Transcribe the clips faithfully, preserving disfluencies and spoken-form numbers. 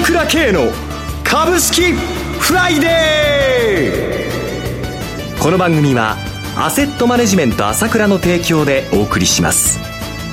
倉慶の株式フライデー。この番組はアセットマネジメント朝倉の提供でお送りします。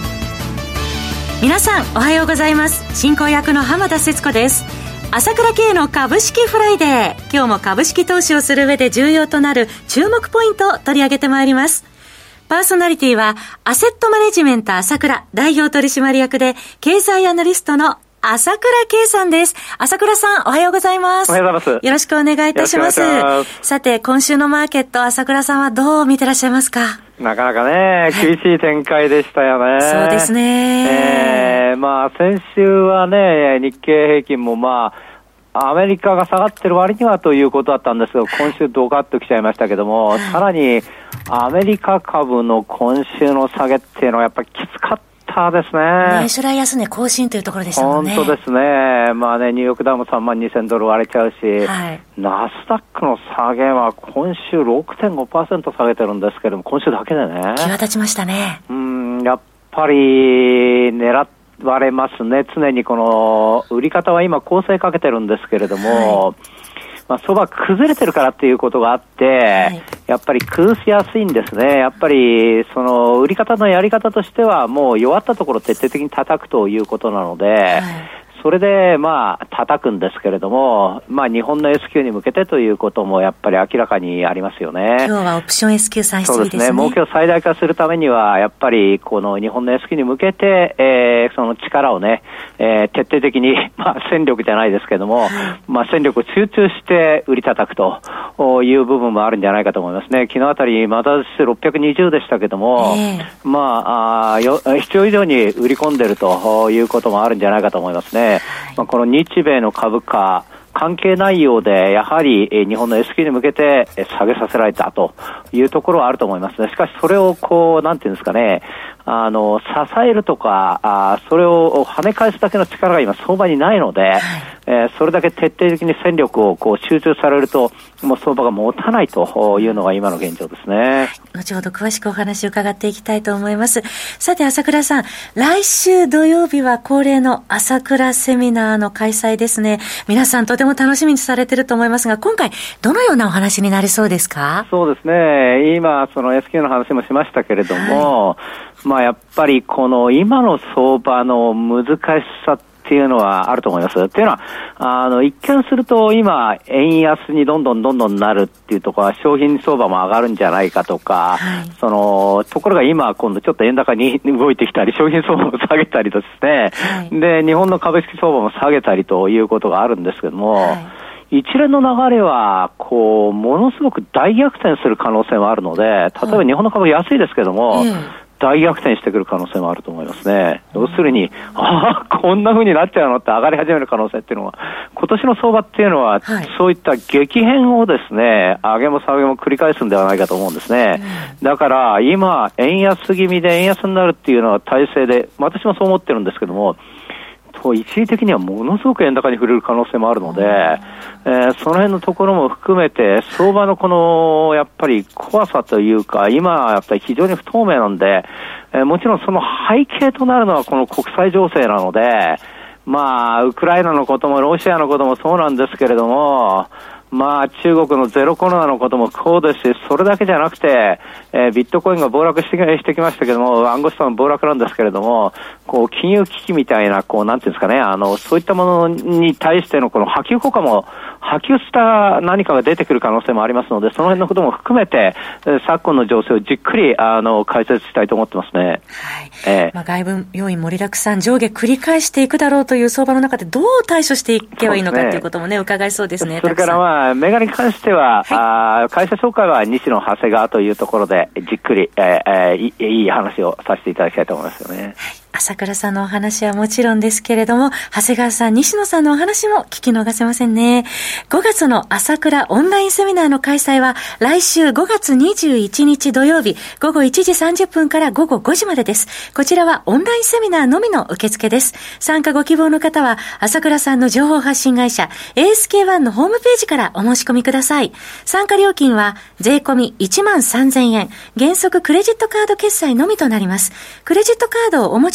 皆さんおはようございます。進行役の浜田節子です。朝倉慶の株式フライデー、今日も株式投資をする上で重要となる注目ポイントを取り上げてまいります。パーソナリティはアセットマネジメント朝倉代表取締役で経済アナリストの朝倉慶さんです。朝倉さんおはようございます。 おはようございます。 よろしくお願いいたします。さて今週のマーケット、朝倉さんはどう見てらっしゃいますか？ なかなかね、厳しい展開でしたよね。 そうですね。 えー、まあ先週はね、日経平均もまあアメリカが下がってる割にはということだったんですけど、今週ドカッと来ちゃいましたけども、はい、さらにアメリカ株の今週の下げっていうのはやっぱりきつかったですね。 年初来安値更新というところでしたもんね。 本当ですね。まあね、ニューヨークダウもさんまんにせんドル割れちゃうし、はい、ナスダックの下げは今週 ろくてんごパーセント 下げてるんですけども、今週だけでね。 際立ちましたね。 うん、やっぱり狙われますね。常にこの売り方は今構成かけてるんですけれども、はい、まあ、相場崩れてるからっていうことがあって、はい、やっぱり崩しやすいんですね。やっぱりその売り方のやり方としてはもう弱ったところを徹底的に叩くということなので、はい、それでまあ叩くんですけれども、まあ日本の S q に向けてということもやっぱり明らかにありますよね。 今日はオプション S q 算出日ですね。 そうですね。儲けを最大化するためにはやっぱりこの日本の S q に向けて、えー、その力をね、えー、徹底的にまあ戦力じゃないですけども、まあ戦力を集中して売り叩くという部分もあるんじゃないかと思いますね。昨日あたりまたろっぴゃくにじゅうでしたけども、えー、まあ、あよ必要以上に売り込んでるということもあるんじゃないかと思いますね。まあ、この日米の株価関係ないようで、やはり日本の S q に向けて下げさせられたというところはあると思いますね。しかしそれをこう、なんていうんですかね、あの、支えるとか、あそれを跳ね返すだけの力が今相場にないので、はい、えー、それだけ徹底的に戦力をこう集中されると、もう相場が持たないというのが今の現状ですね。 後ほど詳しくお話を伺っていきたいと思います。さて朝倉さん、来週土曜日は恒例の朝倉セミナーの開催ですね。皆さんとても楽しみにされていると思いますが、今回どのようなお話になりそうですか？ そうですね。今その S q の話もしましたけれども、はい、まあやっぱりこの今の相場の難しさっていうのはあると思います。っていうのは、あの、一見すると今、円安にどんどんどんどんなるっていうところは商品相場も上がるんじゃないかとか、はい、その、ところが今今度ちょっと円高に動いてきたり、商品相場も下げたりとして、はい、で、日本の株式相場も下げたりということがあるんですけども、はい、一連の流れは、こう、ものすごく大逆転する可能性もあるので、例えば日本の株安いですけども、うん大逆転してくる可能性もあると思いますね。要するに、ああ、こんな風になっちゃうのって上がり始める可能性っていうのは、今年の相場っていうのは、はい、そういった激変をですね、上げも下げも繰り返すんではないかと思うんですね。うん、だから、今、円安気味で円安になるっていうのは体制で、私もそう思ってるんですけども、一時的にはものすごく円高に振れる可能性もあるので、えー、その辺のところも含めて相場のこのやっぱり怖さというか今やっぱり非常に不透明なんで、えー、もちろんその背景となるのはこの国際情勢なので、まあウクライナのこともロシアのこともそうなんですけれども、まあ中国のゼロコロナのこともこうですし、それだけじゃなくて、えー、ビットコインが暴落してしてきましたけども、暗号資産の暴落なんですけれども、こう金融危機みたいなこうなんていうんですかね、あのそういったものに対してのこの波及効果も波及した何かが出てくる可能性もありますので、その辺のことも含めて、えー、昨今の情勢をじっくりあの解説したいと思ってますね。はい。 えー、まあ外部要因盛りだくさん、上下繰り返していくだろうという相場の中でどう対処していけばいいのかということもね伺いそうですね。 それからまあ銘柄に関しては、はい、あ会社紹介は西野長谷川というところでじっくり、えーえー、いい話をさせていただきたいと思いますよね。はい、 朝倉さんのお話はもちろんですけれども、長谷川さん、西野さんのお話も聞き逃せませんね。ごがつの朝倉オンラインセミナーの開催は来週ごがつにじゅういちにち土曜日ごごいちじさんじゅっぷんからごごごじまでです。こちらはオンラインセミナーのみの受付です。参加ご希望の方は朝倉さんの情報発信会社 エーエスケーワン のホームページからお申し込みください。参加料金は税込みいちまんさんぜんえん、原則クレジットカード決済のみとなります。クレジットカードをお持ち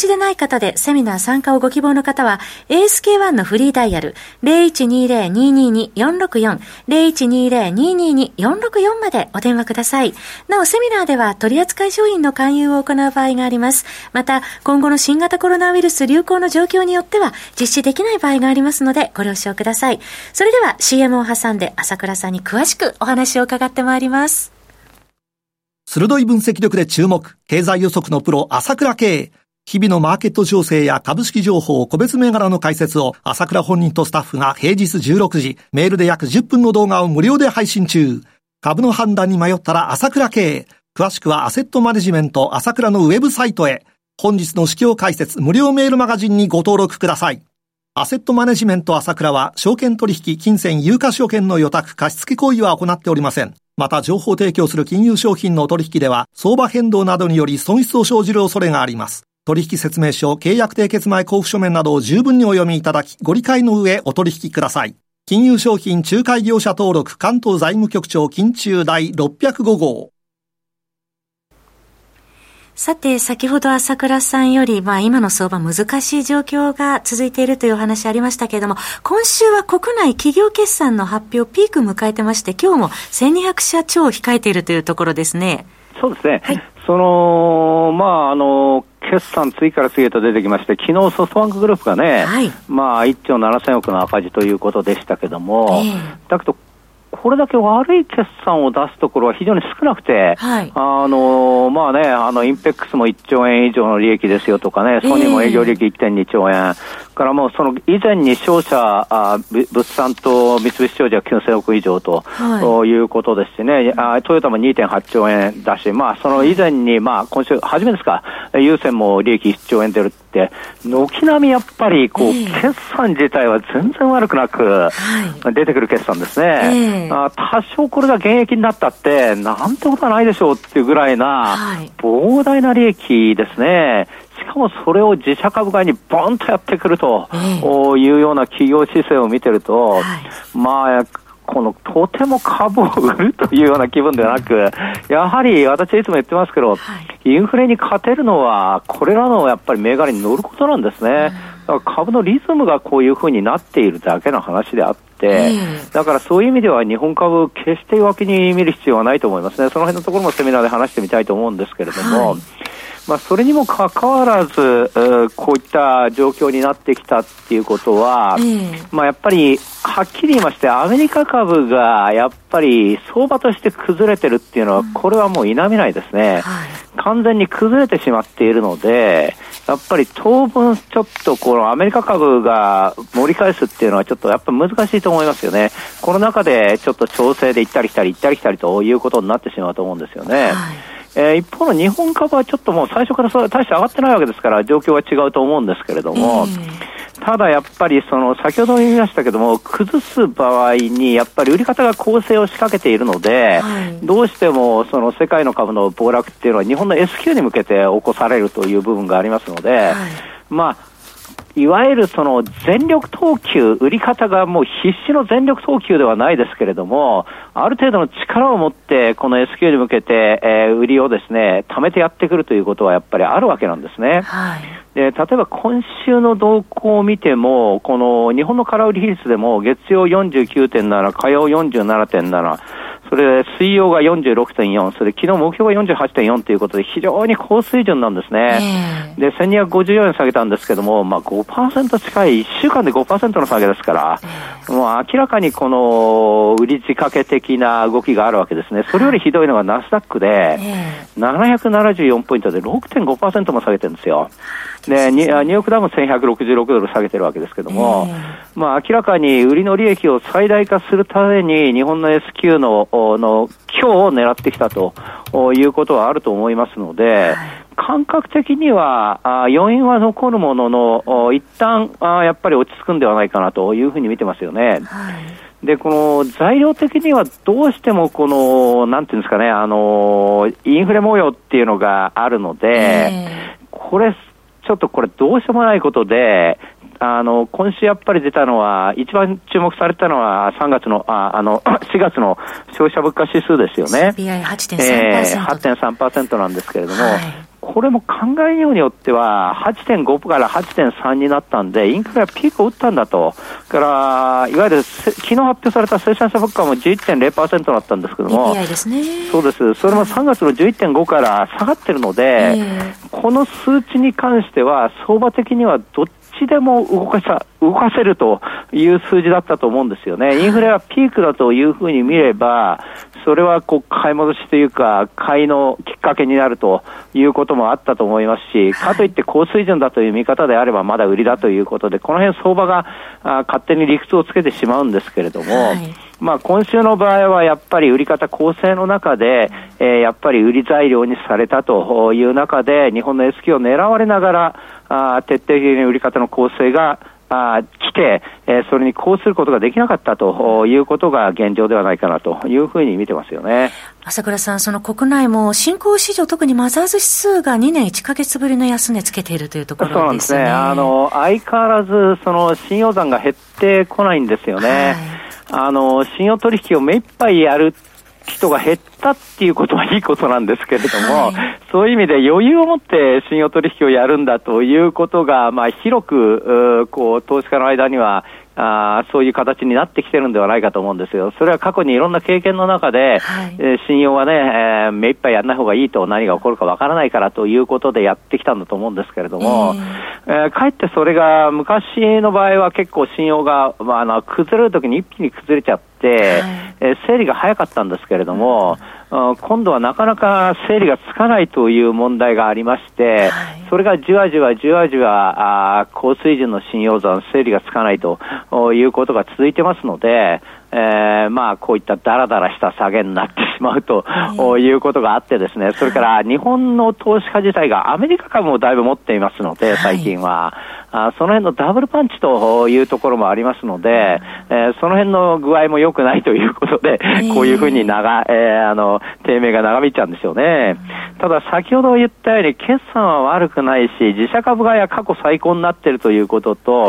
ちでない方でセミナー参加をご希望の方は エーエスケーワン のフリーダイヤル ゼロいちにゼロ にーにーに よんろくよん ゼロいちにゼロ にーにーに よんろくよんまでお電話ください。なおセミナーでは取扱い商品の勧誘を行う場合があります。また今後の新型コロナウイルス流行の状況によっては実施できない場合がありますのでご了承ください。それでは シーエム を挟んで朝倉さんに詳しくお話を伺ってまいります。 鋭い分析力で注目、経済予測のプロ朝倉慶。日々のマーケット情勢や株式情報、個別銘柄の解説を朝倉本人とスタッフが平日じゅうろくじ、メールで約じゅっぷんの動画を無料で配信中。株の判断に迷ったら朝倉慶。詳しくはアセットマネジメント朝倉のウェブサイトへ。本日の指標解説無料メールマガジンにご登録ください。アセットマネジメント朝倉は証券取引、金銭、有価証券の予託、貸付行為は行っておりません。また情報提供する金融商品の取引では相場変動などにより損失を生じる恐れがあります。取引説明書、契約締結前交付書面などを十分にお読みいただき、ご理解の上お取引ください。金融商品仲介業者登録関東財務局長金中第ろっぴゃくご号。 さて、先ほど朝倉さんより、まあ今の相場難しい状況が続いているというお話ありましたけれども、今週は国内企業決算の発表ピーク迎えてまして、今日もせんにひゃくしゃ超控えているというところですね。 そうですね。 はい、 その、まああの、決算次から次へと出てきまして、昨日ソフトバンクグループがね、はい、まあいっちょうななせんおくの赤字ということでしたけども、えー、だけどこれだけ悪い決算を出すところは非常に少なくて、はい、あのまあね、あのインペックスもいっちょうえん以上の利益ですよとかね、ソニーも営業利益 いってんにちょうえん、えー、からもうその以前に商社あ物産と三菱商事はきゅうせんおく以上と、はい、いうことですしね、あトヨタも にてんはちちょうえんだし、まあその以前にまあ今週初めですか、優先も利益いっちょうえん出るって、軒並みやっぱりこう、えー、決算自体は全然悪くなく、はい、出てくる決算ですね。えー、あ多少これが減益になったってなんてことはないでしょうっていうぐらいな、はい、膨大な利益ですね。しかもそれを自社株買いにボンとやってくると、えー、いうような企業姿勢を見てると、はい、まあこのとても株を売るというような気分ではなく、やはり私はいつも言ってますけど、はい、インフレに勝てるのはこれらのやっぱり銘柄に乗ることなんですね。うん、だから株のリズムがこういうふうになっているだけの話であって、うん、だからそういう意味では日本株決して弱気に見る必要はないと思いますね。その辺のところもセミナーで話してみたいと思うんですけれども、はい、まあ、それにもかかわらず、えー、こういった状況になってきたっていうことは、えー、まあやっぱりはっきり言いましてアメリカ株がやっぱり相場として崩れてるっていうのは、これはもう否めないですね。はい、完全に崩れてしまっているので、やっぱり当分ちょっとこのアメリカ株が盛り返すっていうのはちょっとやっぱ難しいと思いますよね。この中でちょっと調整で行ったり来たり行ったり来たりということになってしまうと思うんですよね。はい、えー、一方の日本株はちょっともう最初から大して上がってないわけですから状況は違うと思うんですけれども、えー、ただやっぱりその先ほども言いましたけども、崩す場合にやっぱり売り方が構成を仕掛けているので、はい、どうしてもその世界の株の暴落っていうのは日本の エスキュー に向けて起こされるという部分がありますので、はい、まあいわゆるその全力投球、売り方がもう必死の全力投球ではないですけれども、ある程度の力を持ってこの エスキュー に向けて、えー、売りをですね貯めてやってくるということはやっぱりあるわけなんですね。はい、で例えば今週の動向を見ても、この日本の空売り比率でも月曜 よんじゅうきゅうてんなな、火曜 よんじゅうななてんなな、それで水曜が よんじゅうろくてんよん、それで昨日目標が よんじゅうはちてんよん ということで非常に高水準なんですね。でせんにひゃくごじゅうよえん下げたんですけども、まあ、ごパーセント 近いいっしゅうかんで ごパーセント の下げですから、もう明らかにこの売り仕掛け的な動きがあるわけですね。それよりひどいのがナスダックでななひゃくななじゅうよんポイントで ろくてんごパーセント も下げてるんですよ。でニューヨークダウもせんひゃくろくじゅうろくドル下げてるわけですけども、えー、まあ明らかに売りの利益を最大化するために日本の エスキュー のの強を狙ってきたということはあると思いますので、はい、感覚的にはあ要因は残るものの一旦あやっぱり落ち着くんではないかなというふうに見てますよね。はい、でこの材料的にはどうしてもこのなんていうんですかね、あのインフレ模様っていうのがあるので、えー、これちょっとこれどうしようもないことで、あの今週やっぱり出たのは一番注目されたのはさんがつのああのしがつの消費者物価指数ですよね。 シーピーアイはちてんさんパーセント、えー、はちてんさんパーセント なんですけれども、はい、 これも考えようによっては はちてんご から はちてんさん になったんで、インフレはピークを打ったんだと。からいわゆる昨日発表された生産者物価も じゅういってんゼロパーセント だったんですけども、 ピーピーアイ ですね。 そうです。それもさんがつのじゅういってんごから下がってるので、えー、この数値に関しては相場的にはどっちでも動かさ、動かせるという数字だったと思うんですよね。インフレはピークだというふうに見れば、それはこう買い戻しというか買いのきっかけになるということもあったと思いますし、かといって高水準だという見方であればまだ売りだということで、この辺相場があ勝手に理屈をつけてしまうんですけれども、はい、まあ今週の場合はやっぱり売り方構成の中で、えー、やっぱり売り材料にされたという中で日本の S q を狙われながらあ徹底的に売り方の構成があ来て、えー、それにこうすることができなかったということが現状ではないかなというふうに見てますよね。 朝倉さん、その国内も新興市場、特にマザーズ指数がにねんいっかげつぶりの安値つけているというところですね。そうなんですね。 あの相変わらずその信用残が減ってこないんですよね、はい、あの信用取引を目いっぱいやる人が減ったっていうことはいいことなんですけれども、はい、そういう意味で余裕を持って信用取引をやるんだということが、まあ、広くこう投資家の間にはあそういう形になってきてるんではないかと思うんですよ。それは過去にいろんな経験の中で、はいえー、信用はね、えー、目いっぱいやらない方がいいと、何が起こるかわからないからということでやってきたんだと思うんですけれども、えーえー、かえってそれが昔の場合は結構信用が、まあ、あの崩れるときに一気に崩れちゃって、はいえー、整理が早かったんですけれども、うん、今度はなかなか整理がつかないという問題がありまして、はい、それがじわじわじわじわあ高水準の信用残整理がつかないということが続いてますので、えー、まあこういったダラダラした下げになってしまうと、はい、いうことがあってですね、それから日本の投資家自体がアメリカ株もだいぶ持っていますので、最近は、はいあその辺のダブルパンチというところもありますので、えー、その辺の具合も良くないということで、こういうふうに長、えー、あの低迷が長引いちゃうんでしょうね。ただ先ほど言ったように決算は悪くないし、自社株買いは過去最高になっているということと、はい、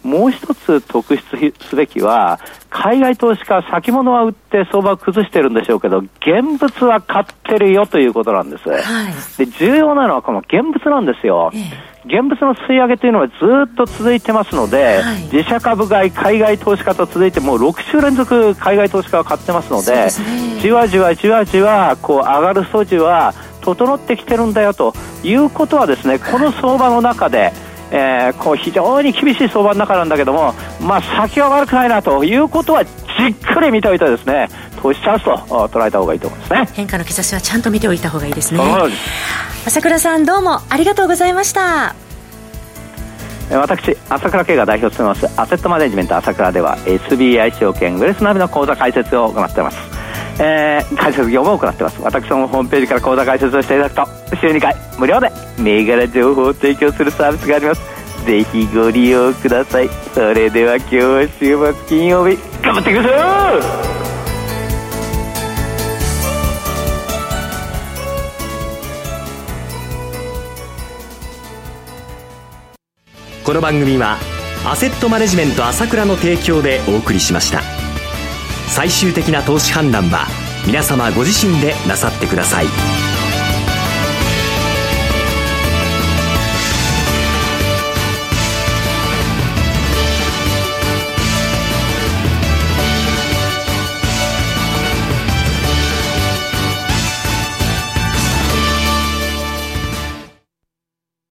もう一つ特筆すべきは海外投資家は先物は売って相場を崩してるんでしょうけど、現物は買ってるよということなんです、はい、で重要なのはこの現物なんですよ、ええ現物の吸い上げというのはずっと続いてますので、はい、自社株買い海外投資家と続いてもうろくしゅう連続海外投資家が買ってますの で, で、ね、じわじわじわじわこう上がる素地は整ってきてるんだよということはですね、この相場の中で、えー、こう非常に厳しい相場の中なんだけども、まあ、先は悪くないなということはじっくり見ておいてですね、投資チャンスと捉えた方がいいと思いますね。 変化の兆しはちゃんと見ておいた方がいいですね。朝倉さんどうもありがとうございました。 私朝倉慶が代表を務めますアセットマネジメント朝倉では エスビーアイ 証券ウェルスナビの口座開設を行っています、えー、開設業務を行っています。私のホームページから口座開設をしていただくと週にかい無料で銘柄情報を提供するサービスがあります。ぜひご利用ください。それでは今日は週末金曜日頑張ってください。 この番組はアセットマネジメント朝倉の提供でお送りしました。最終的な投資判断は皆様ご自身でなさってください。